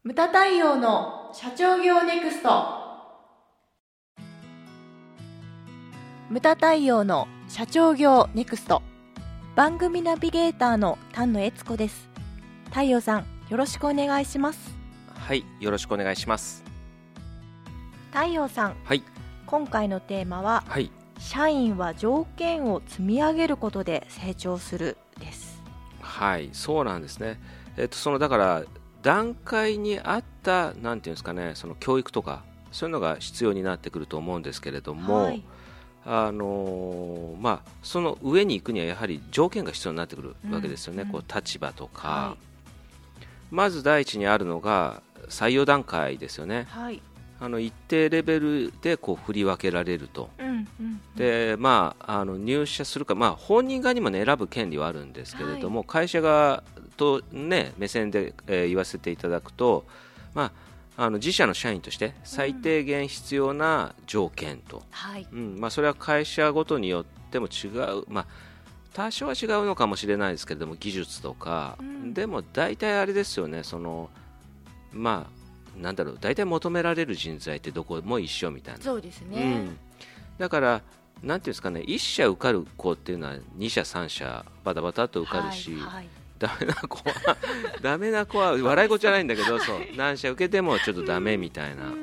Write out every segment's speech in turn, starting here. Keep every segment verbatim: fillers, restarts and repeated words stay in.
ムタ太陽の社長業ネクスト。ムタ太陽の社長業ネクスト、番組ナビゲーターの丹野悦子です。太陽さん、よろしくお願いします。 はい、よろしくお願いします。 太陽さん、 はい、 今回のテーマは、 はい、 社員は条件を積み上げることで成長するです。 はい、そうなんですね。えっと、そのだから段階に合ったなんていうんですかね、その教育とかそういうのが必要になってくると思うんですけれども、はい、あのー、まあその上に行くにはやはり条件が必要になってくるわけですよね。うん、こう立場とか、はい、まず第一にあるのが採用段階ですよね。はい、あの一定レベルでこう振り分けられると、うんうんうん、でまあ、あの入社するか、まあ、本人側にも、ね、選ぶ権利はあるんですけれども、はい、会社側と、ね、目線で、えー、言わせていただくと、まあ、あの自社の社員として最低限必要な条件と、うんうんまあ、それは会社ごとによっても違う、まあ、多少は違うのかもしれないですけれども技術とか、うん、でも大体あれですよね、そのまあなんだろう、大体求められる人材ってどこも一緒みたいな。 そうですね、うん、 だからなんていうんですかね、いっ社受かる子っていうのはに社さん社バタバタっと受かるし、はいはい、ダメな子はダメな子は笑い事じゃないんだけど、そう何社受けてもちょっとダメみたいな、うんうん、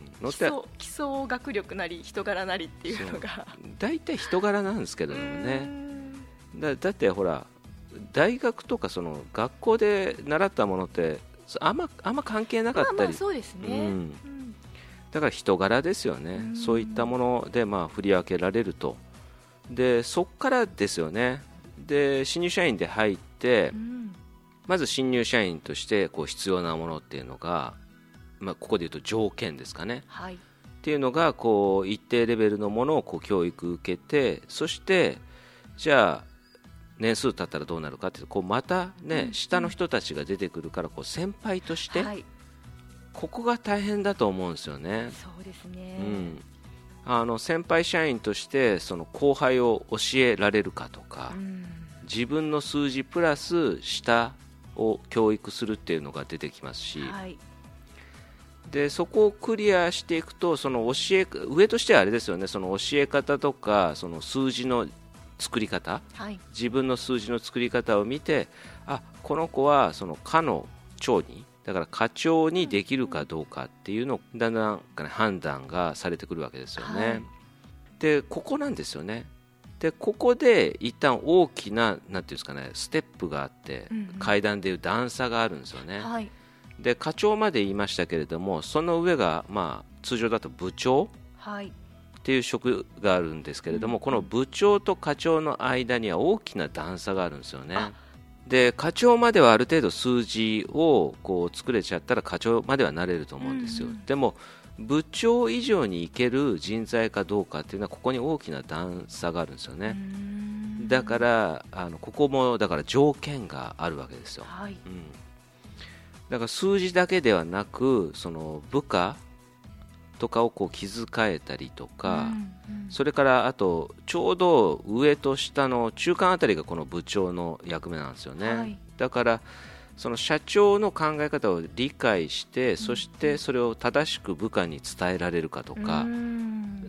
のって基礎学力なり人柄なりっていうのが大体人柄なんですけどもね。だ, だってほら大学とかその学校で習ったものってあんま、あんま関係なかったり、まあまあそうですね、うんうん、だから人柄ですよね。うそういったものでまあ振り分けられると。でそこからですよね。で新入社員で入って、うん、まず新入社員としてこう必要なものっていうのが、まあ、ここでいうと条件ですかね、はい、っていうのがこう一定レベルのものをこう教育受けて、そしてじゃあ年数経ったらどうなるかってこうまたね、うん、下の人たちが出てくるからこう先輩として、はい、ここが大変だと思うんですよね。 そうですね、 うん、あの先輩社員としてその後輩を教えられるかとか、うん、自分の数字プラス下を教育するっていうのが出てきますし、はい、でそこをクリアしていくとその教え上としてはあれですよね、その教え方とかその数字の作り方、はい、自分の数字の作り方を見て、あこの子はその課の長にだから課長にできるかどうかっていうのをだんだん判断がされてくるわけですよね、はい、でここなんですよね。でここで一旦大きな、なんていうんですかね、ステップがあって、うんうん、階段でいう段差があるんですよね、はい、で課長まで言いましたけれども、その上が、まあ、通常だと部長、はい、っていう職があるんですけれども、うん、この部長と課長の間には大きな段差があるんですよね。で課長まではある程度数字をこう作れちゃったら課長まではなれると思うんですよ、うんうん、でも部長以上にいける人材かどうかっていうのはここに大きな段差があるんですよね。だからあのここもだから条件があるわけですよ、はい、うん、だから数字だけではなくその部下とかをこう気遣えたりとか、うんうん、それからあとちょうど上と下の中間あたりがこの部長の役目なんですよね、はい、だからその社長の考え方を理解して、うん、そしてそれを正しく部下に伝えられるかとか、うん、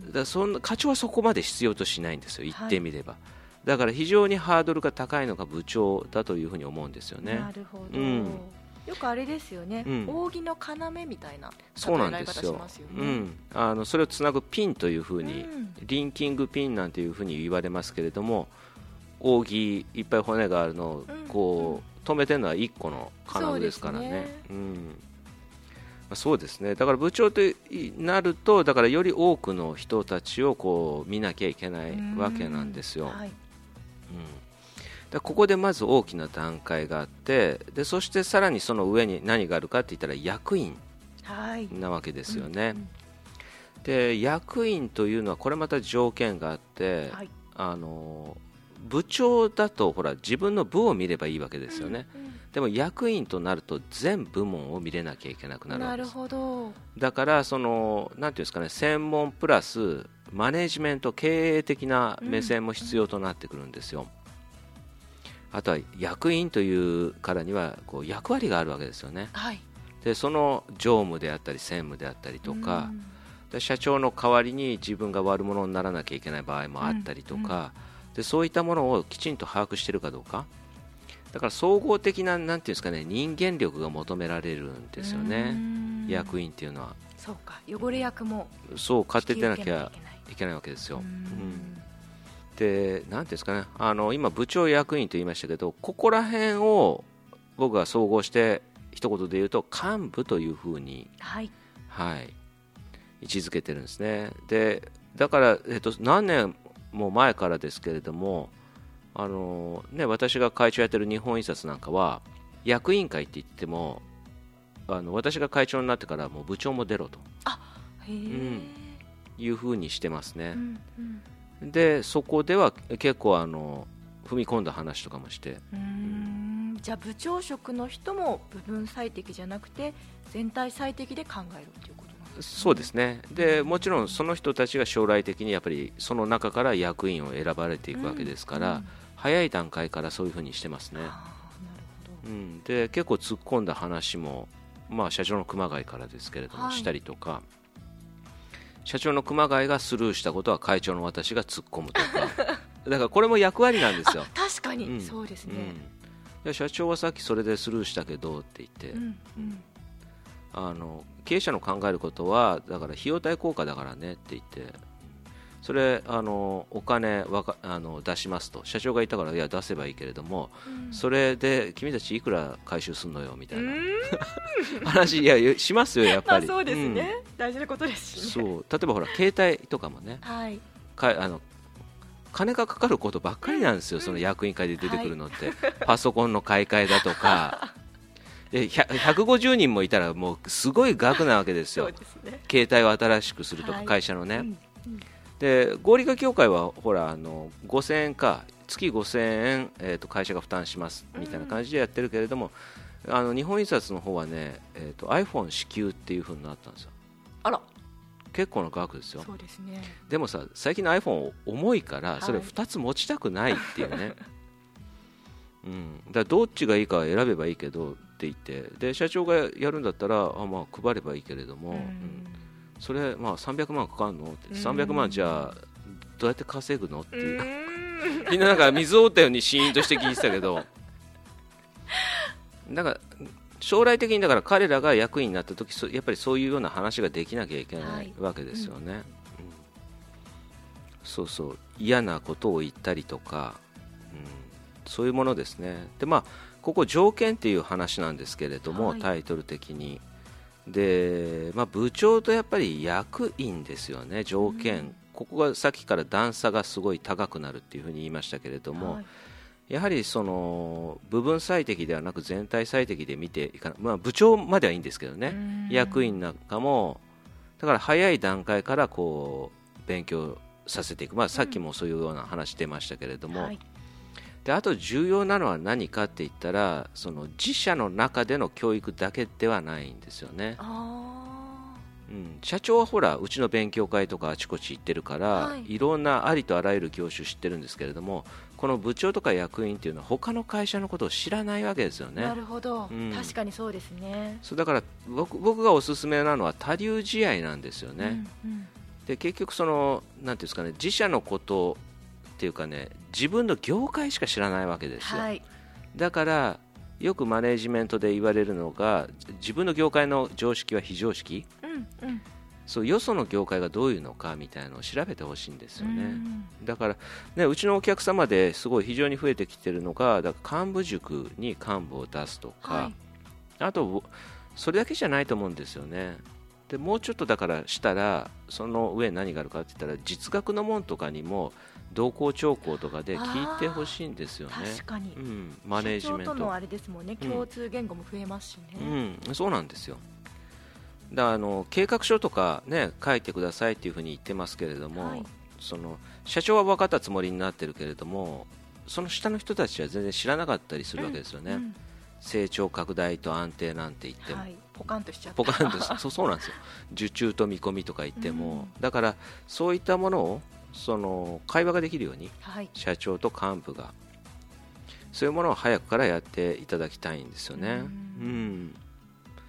だからそんな課長はそこまで必要としないんですよ、言ってみれば、はい、だから非常にハードルが高いのが部長だというふうに思うんですよね。 なるほど、うん、よくあれですよね、うん、扇の要みたいなそうなんですよ、うん、あのそれをつなぐピンというふうに、うん、リンキングピンなんていうふうに言われますけれども、扇いっぱい骨があるのをこう、うん止めてるのはいっこの金具ですからね。そうですね、うん、そうですね。だから部長となるとだからより多くの人たちをこう見なきゃいけないわけなんですよ、はい、うん、だここでまず大きな段階があって、でそしてさらにその上に何があるかって言ったら役員なわけですよね、はい、うんうん、で役員というのはこれまた条件があって、はい、あの部長だとほら自分の部を見ればいいわけですよね、うんうん、でも役員となると全部門を見れなきゃいけなくなるわけです。 なるほど。 だからそのなんていうんですかね、専門プラスマネジメント経営的な目線も必要となってくるんですよ、うんうん、あとは役員というからにはこう役割があるわけですよね、 はい、 でその常務であったり専務であったりとか、で社長の代わりに自分が悪者にならなきゃいけない場合もあったりとか、でそういったものをきちんと把握しているかどうか、だから総合的な、なんていうんですかね、人間力が求められるんですよね、役員っていうのは。 そうか、汚れ役もそう買っていかなきゃいけないわけですよ。うん、でなんていうんですかね、あの今部長役員と言いましたけど、ここら辺を僕が総合して一言で言うと幹部というふうに、はいはい、位置づけてるんですね。でだから、えっと、何年も前からですけれども、あのね、私が会長やってる日本印刷なんかは役員会って言っても、あの私が会長になってからもう部長も出ろと、あへー、うん、いうふうにしてますね、うんうん、でそこでは結構あの踏み込んだ話とかもして、うーん、じゃあ部長職の人も部分最適じゃなくて全体最適で考えるということなんですね。 そうですね。でもちろんその人たちが将来的にやっぱりその中から役員を選ばれていくわけですから、うんうん、早い段階からそういうふうにしてますね。あ、なるほど、うん、で結構突っ込んだ話も、まあ、社長の熊谷からですけれども、はい、したりとか、社長の熊谷がスルーしたことは会長の私が突っ込むとかだからこれも役割なんですよ。 確かに、うん、そうですね、 うん、社長はさっきそれでスルーしたけどって言って、うんうん、あの経営者の考えることはだから費用対効果だからねって言って、それあのお金わかあの出しますと社長が言ったから、いや出せばいいけれども、うん、それで君たちいくら回収するのよみたいな話、いやしますよやっぱり。 まあそうですね、うん、大事なことですしね。 そう例えばほら携帯とかもね、はい、かあの金がかかることばっかりなんですよ、うん、その役員会で出てくるのって、はい、パソコンの買い替えだとかでひゃくごじゅうにんもいたらもうすごい額なわけですよ。そうですね、携帯を新しくするとか、はい、会社のね、うんうん、で合理化協会はほらあのごせんえんか月ごせんえん、えー、と会社が負担しますみたいな感じでやってるけれども、うん、あの日本印刷の方はね、えー、と iPhone 支給っていう風になったんですよ。あら、結構な額ですよ。そうですね。でもさ、最近の iPhone 重いからそれふたつ持ちたくないっていうね、はい、うん、だからどっちがいいか選べばいいけどって言って、で社長がやるんだったらあ、まあ、配ればいいけれども、うんうん、それ、まあ、さんびゃくまんかかるのって、さんびゃくまんじゃあどうやって稼ぐのっていうみんななんか水を打ったようにシーンとして聞いてたけどだから将来的にだから彼らが役員になった時、やっぱりそういうような話ができなきゃいけないわけですよね、はい、うん、そうそう、嫌なことを言ったりとか、うん、そういうものですね。で、まあ、ここ条件っていう話なんですけれども、はい、タイトル的にで、まあ、部長とやっぱり役員ですよね、条件、うん、ここがさっきから段差がすごい高くなるっていうふうに言いましたけれども、はい、やはりその部分最適ではなく全体最適で見ていかない、まあ、部長まではいいんですけどね、役員なんかもだから早い段階からこう勉強させていく、まあ、さっきもそういうような話出ましたけれども、うん、はい、であと重要なのは何かって言ったら、その自社の中での教育だけではないんですよね。あ、うん、社長はほらうちの勉強会とかあちこち行ってるから、はい、いろんなありとあらゆる業種知ってるんですけれども、この部長とか役員っていうのは他の会社のことを知らないわけですよね。 なるほど、うん、確かにそうですね。 そうだから僕、僕がおすすめなのは他流試合なんですよね、うんうん、で結局そのなんていうんですかね、自社のことっていうかね、自分の業界しか知らないわけですよ、はい、だからよくマネージメントで言われるのが、自分の業界の常識は非常識、うんうん、そうよその業界がどういうのかみたいなのを調べてほしいんですよね、うん、だから、ね、うちのお客様ですごい非常に増えてきているのが、だから幹部塾に幹部を出すとか、はい、あとそれだけじゃないと思うんですよね。でもうちょっとだからしたらその上に何があるかって言ったら、実学の門とかにも同行聴講とかで聞いてほしいんですよね。 確かに、 うん、マネージメント社長とのあれですもんね、共通言語も増えますしね、 うんうん、そうなんですよ。だからあの計画書とか、ね、書いてくださいっていうふうに言ってますけれども、はい、その社長は分かったつもりになってるけれども、その下の人たちは全然知らなかったりするわけですよね、うんうん、成長拡大と安定なんて言っても、はい、 ポカンとしちゃったポカンとそう、そうなんですよ受注と見込みとか言っても、うん、だからそういったものをその会話ができるように、はい、社長と幹部がそういうものを早くからやっていただきたいんですよね、うん、うん、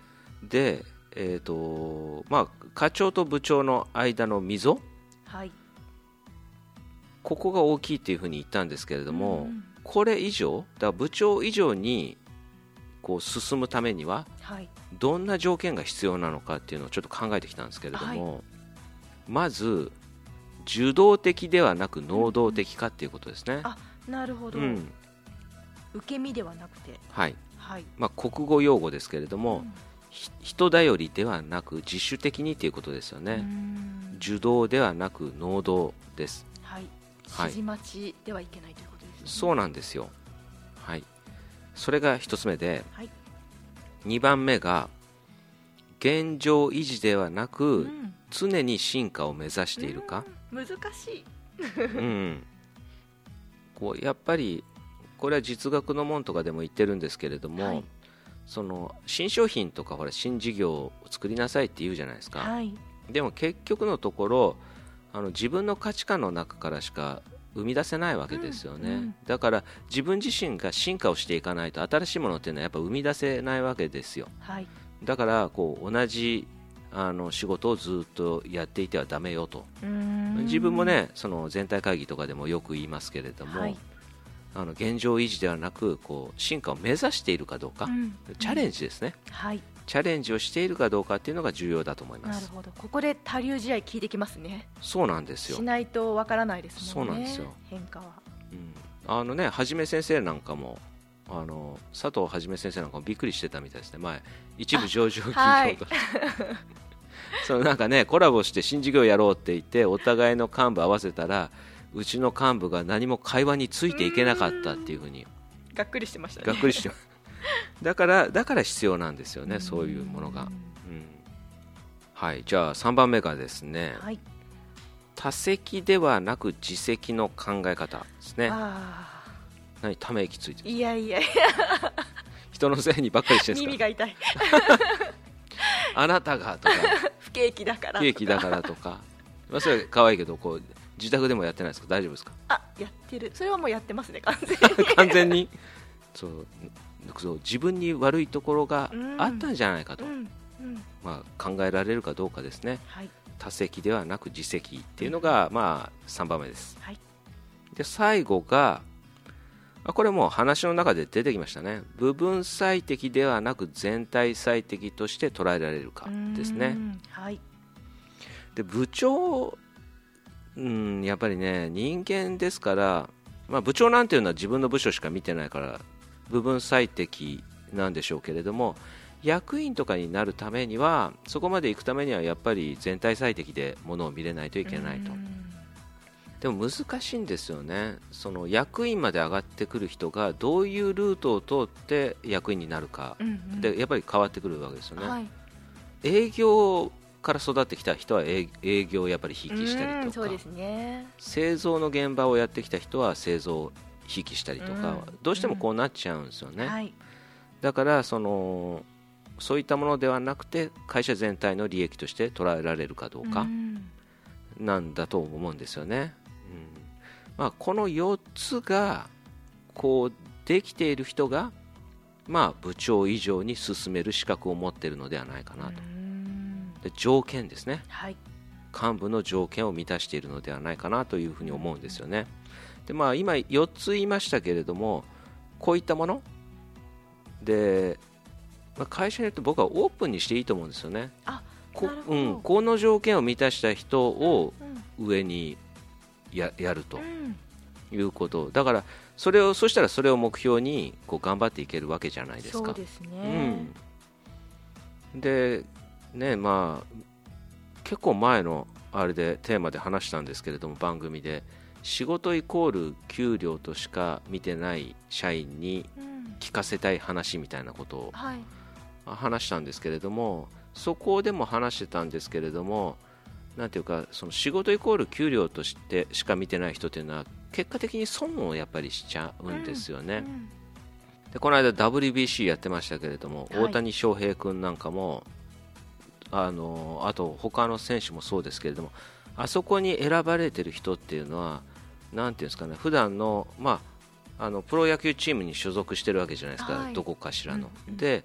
で、えーとまあ、課長と部長の間の溝、 はい、 ここが大きいっていうふうに言ったんですけれども、 うん、 これ以上だから部長以上にこう進むためにはどんな条件が必要なのかっていうのをちょっと考えてきたんですけれども、はい、まず受動的ではなく能動的かっていうことですね、うん、 あ、なるほど、うん、受け身ではなくて、 はいはい、 まあ、国語用語ですけれども、うん、人頼りではなく自主的にということですよね。受動ではなく能動です、 はい、指示待ちではいけないということですね。 そうなんですよ、はい、それが一つ目で、 はい、 にばんめが現状維持ではなく、うん、常に進化を目指しているか、 うん、難しい、 うん、こうやっぱりこれは実学の門とかでも言ってるんですけれども、はい、その新商品とかほら新事業を作りなさいって言うじゃないですか、 はい、 でも結局のところあの自分の価値観の中からしか生み出せないわけですよね、うんうん、だから自分自身が進化をしていかないと新しいものっていうのはやっぱ生み出せないわけですよ、 はい、 だからこう同じあの仕事をずっとやっていてはダメよと。自分もねその全体会議とかでもよく言いますけれども、はい、あの現状維持ではなくこう進化を目指しているかどうか、うん、チャレンジですね、 はい、 チャレンジをしているかどうかっていうのが重要だと思います。 なるほど、ここで他流試合聞いてきますね。 そうなんですよ、 しないとわからないですもんね。 そうなんですよ、 変化は、 うん、あのねはじめ先生なんかもあの佐藤はじめ先生なんかもびっくりしてたみたいですね。前一部上場企業と、はい、そのなんかねコラボして新事業やろうって言ってお互いの幹部合わせたらうちの幹部が何も会話についていけなかったっていうふうにがっくりしてましたね。 がっくりしてだからだから必要なんですよね、そういうものが、うん、はい。じゃあさんばんめがですね、はい、他責ではなく自責の考え方ですね。 あ何ため息ついてる。 いやいやいや人のせいにばっかりしてるんですか。 耳が痛いあなたがとか不景気だから不景気だからとかまあそれは可愛いけどこう自宅でもやってないですか。大丈夫ですか。 あ、やってる。それはもうやってますね、完全に完全にそうそう自分に悪いところがあったんじゃないかと、うんうんうんまあ、考えられるかどうかですね、はい、他責ではなく自責っていうのが、まあ、さんばんめです、はい、で最後がこれも話の中で出てきましたね。部分最適ではなく全体最適として捉えられるかですね、 はい、 で部長、うん、やっぱりね人間ですから、まあ、部長なんていうのは自分の部署しか見てないから部分最適なんでしょうけれども、役員とかになるためにはそこまで行くためにはやっぱり全体最適でものを見れないといけないと。でも難しいんですよね。その役員まで上がってくる人がどういうルートを通って役員になるか、うんうん、でやっぱり変わってくるわけですよね、はい、営業から育ってきた人は営業をやっぱり引きしたりとか、 そうですね、 製造の現場をやってきた人は製造を引きしたりとか、うん、どうしてもこうなっちゃうんですよね、うんはい、だからそのそういったものではなくて会社全体の利益として捉えられるかどうかなんだと思うんですよね、うんまあ、このよっつがこうできている人が、まあ、部長以上に進める資格を持っているのではないかなと。で条件ですね、はい、幹部の条件を満たしているのではないかなというふうに思うんですよね。でまあ、今よっつ言いましたけれどもこういったもので、まあ、会社によって僕はオープンにしていいと思うんですよね。 あ、 こ、うん、この条件を満たした人を上に や, やるということ、だからそれをそしたらそれを目標にこう頑張っていけるわけじゃないですか。 そうですね、 うん、でねまあ結構前のあれでテーマで話したんですけれども番組で仕事イコール給料としか見てない社員に聞かせたい話みたいなことを話したんですけれども、そこでも話してたんですけれども、なんていうかその仕事イコール給料としてしか見てない人というのは結果的に損をやっぱりしちゃうんですよね、うんうん、でこの間 ダブリュービーシー やってましたけれども、はい、大谷翔平君なんかもあのあと他の選手もそうですけれども、あそこに選ばれている人っていうのはなんていうんですかね、普段のまああのプロ野球チームに所属してるわけじゃないですか、はい、どこかしらの、うんうん、で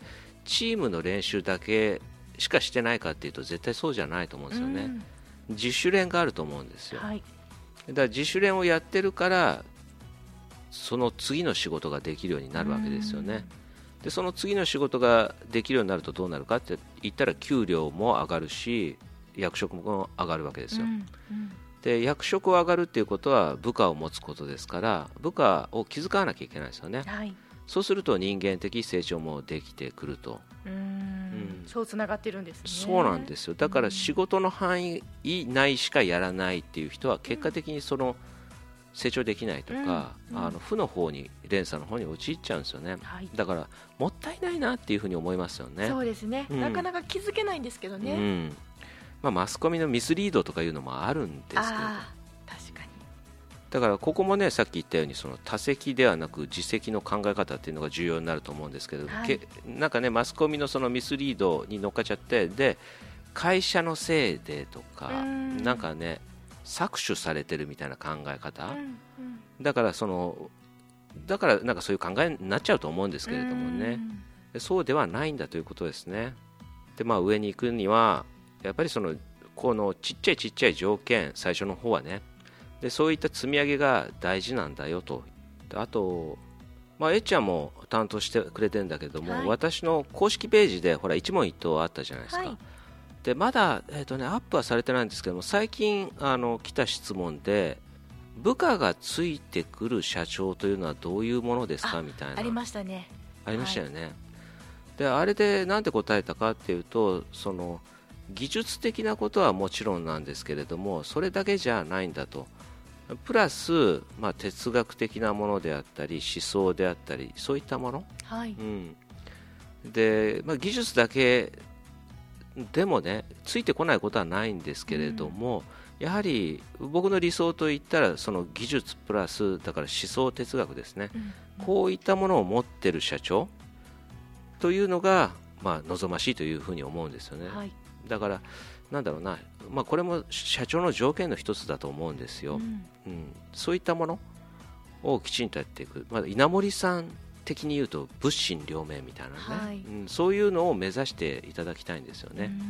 チームの練習だけしかしてないかっていうと絶対そうじゃないと思うんですよね、うん、自主練があると思うんですよ、はい、だから自主練をやってるからその次の仕事ができるようになるわけですよね、うん、でその次の仕事ができるようになるとどうなるかって言ったら給料も上がるし役職も上がるわけですよ、うんうん、で役職を上がるっていうことは部下を持つことですから部下を気遣わなきゃいけないですよね、はい、そうすると人間的成長もできてくると、 うーん、うん、そうつながってるんですね。 そうなんですよ。だから仕事の範囲内しかやらないっていう人は結果的にその成長できないとか、うんうん、あの負の方に連鎖の方に陥っちゃうんですよね、はい、だからもったいないなっていうふうに思いますよね。 そうですね、うん、なかなか気づけないんですけどね、うんまあ、マスコミのミスリードとかいうのもあるんですけど、 あ確かにだからここもねさっき言ったようにその他責ではなく自責の考え方っていうのが重要になると思うんですけど、はい、けなんかねマスコミのそのミスリードに乗っかっちゃってで会社のせいでとかんなんかね搾取されてるみたいな考え方、うんうん、だからそのだからなんかそういう考えになっちゃうと思うんですけれどもね、そうではないんだということですね。で、まあ、上に行くにはやっぱりそのこのちっちゃいちっちゃい条件最初の方はねでそういった積み上げが大事なんだよと。あと、まあ、えっちゃんも担当してくれてるんだけども、はい、私の公式ページでほら一問一答あったじゃないですか、はい、でまだ、えーとね、アップはされてないんですけども最近あの来た質問で部下がついてくる社長というのはどういうものですかみたいなありましたねありましたよね、はい、であれでなんて答えたかっていうとその技術的なことはもちろんなんですけれどもそれだけじゃないんだとプラス、まあ、哲学的なものであったり思想であったりそういったもの、はいうん、で、まあ、技術だけでもねついてこないことはないんですけれども、うん、やはり僕の理想といったらその技術プラスだから思想哲学ですね、うんうん、こういったものを持っている社長というのが、まあ、望ましいというふうに思うんですよね、はい、だからなんだろうな、まあ、これも社長の条件の一つだと思うんですよ、うんうん、そういったものをきちんとやっていく、まあ、稲森さん的に言うと物心両面みたいなね、はいうん、そういうのを目指していただきたいんですよね、うんうん、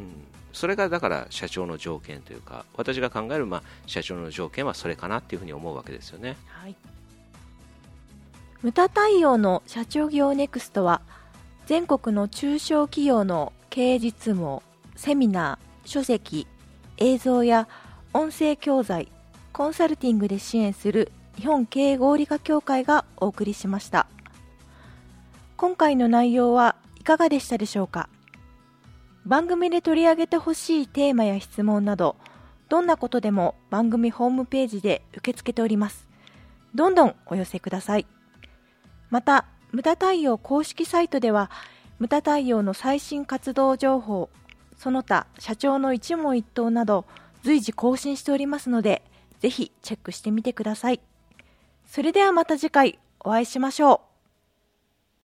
それがだから社長の条件というか私が考える、まあ、社長の条件はそれかなっていうふうに思うわけですよね、はい、 ムタ対応の社長業ネクストは全国の中小企業の経営実務をセミナー、書籍、映像や音声教材、コンサルティングで支援する日本経営合理化協会がお送りしました。今回の内容はいかがでしたでしょうか。番組で取り上げてほしいテーマや質問など、どんなことでも番組ホームページで受け付けております。どんどんお寄せください。また、ムタ対応公式サイトでは、ムタ対応の最新活動情報、その他社長の一問一答など随時更新しておりますので、ぜひチェックしてみてください。それではまた次回お会いしましょう。